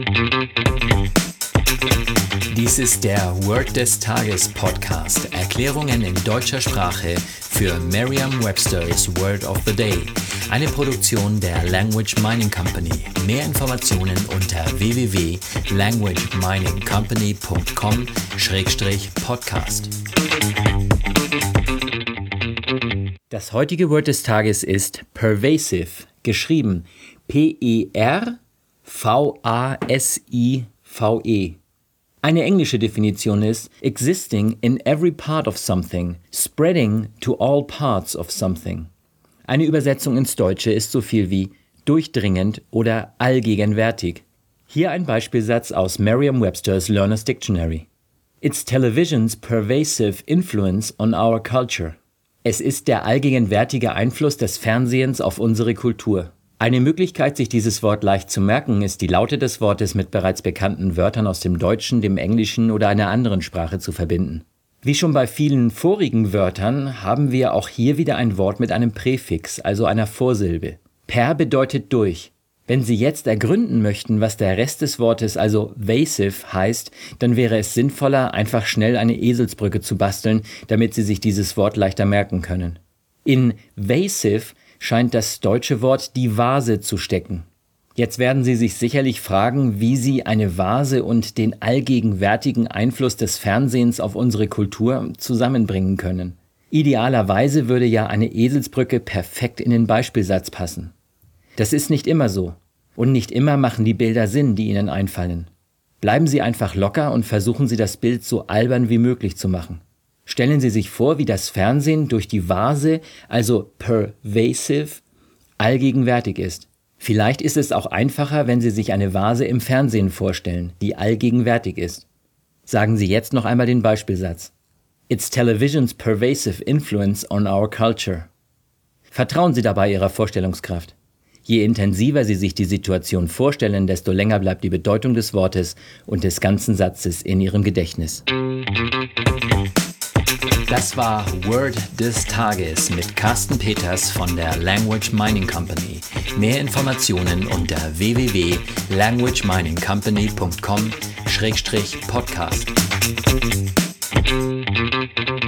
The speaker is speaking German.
Dies ist der Word des Tages Podcast. Erklärungen in deutscher Sprache für Merriam-Webster's Word of the Day. Eine Produktion der Language Mining Company. Mehr Informationen unter www.languageminingcompany.com/podcast. Das heutige Word des Tages ist pervasive, geschrieben P-E-R-V-A-S-I-V-E. Eine englische Definition ist existing in every part of something, spreading to all parts of something. Eine Übersetzung ins Deutsche ist so viel wie durchdringend oder allgegenwärtig. Hier ein Beispielsatz aus Merriam-Webster's Learner's Dictionary. It's television's pervasive influence on our culture. Es ist der allgegenwärtige Einfluss des Fernsehens auf unsere Kultur. Eine Möglichkeit, sich dieses Wort leicht zu merken, ist die Laute des Wortes mit bereits bekannten Wörtern aus dem Deutschen, dem Englischen oder einer anderen Sprache zu verbinden. Wie schon bei vielen vorigen Wörtern haben wir auch hier wieder ein Wort mit einem Präfix, also einer Vorsilbe. Per bedeutet durch. Wenn Sie jetzt ergründen möchten, was der Rest des Wortes, also vasive, heißt, dann wäre es sinnvoller, einfach schnell eine Eselsbrücke zu basteln, damit Sie sich dieses Wort leichter merken können. In vasive scheint das deutsche Wort die Vase zu stecken. Jetzt werden Sie sich sicherlich fragen, wie Sie eine Vase und den allgegenwärtigen Einfluss des Fernsehens auf unsere Kultur zusammenbringen können. Idealerweise würde ja eine Eselsbrücke perfekt in den Beispielsatz passen. Das ist nicht immer so. Und nicht immer machen die Bilder Sinn, die Ihnen einfallen. Bleiben Sie einfach locker und versuchen Sie das Bild so albern wie möglich zu machen. Stellen Sie sich vor, wie das Fernsehen durch die Vase, also pervasive, allgegenwärtig ist. Vielleicht ist es auch einfacher, wenn Sie sich eine Vase im Fernsehen vorstellen, die allgegenwärtig ist. Sagen Sie jetzt noch einmal den Beispielsatz. It's television's pervasive influence on our culture. Vertrauen Sie dabei Ihrer Vorstellungskraft. Je intensiver Sie sich die Situation vorstellen, desto länger bleibt die Bedeutung des Wortes und des ganzen Satzes in Ihrem Gedächtnis. Das war Word des Tages mit Carsten Peters von der Language Mining Company. Mehr Informationen unter www.languageminingcompany.com/podcast.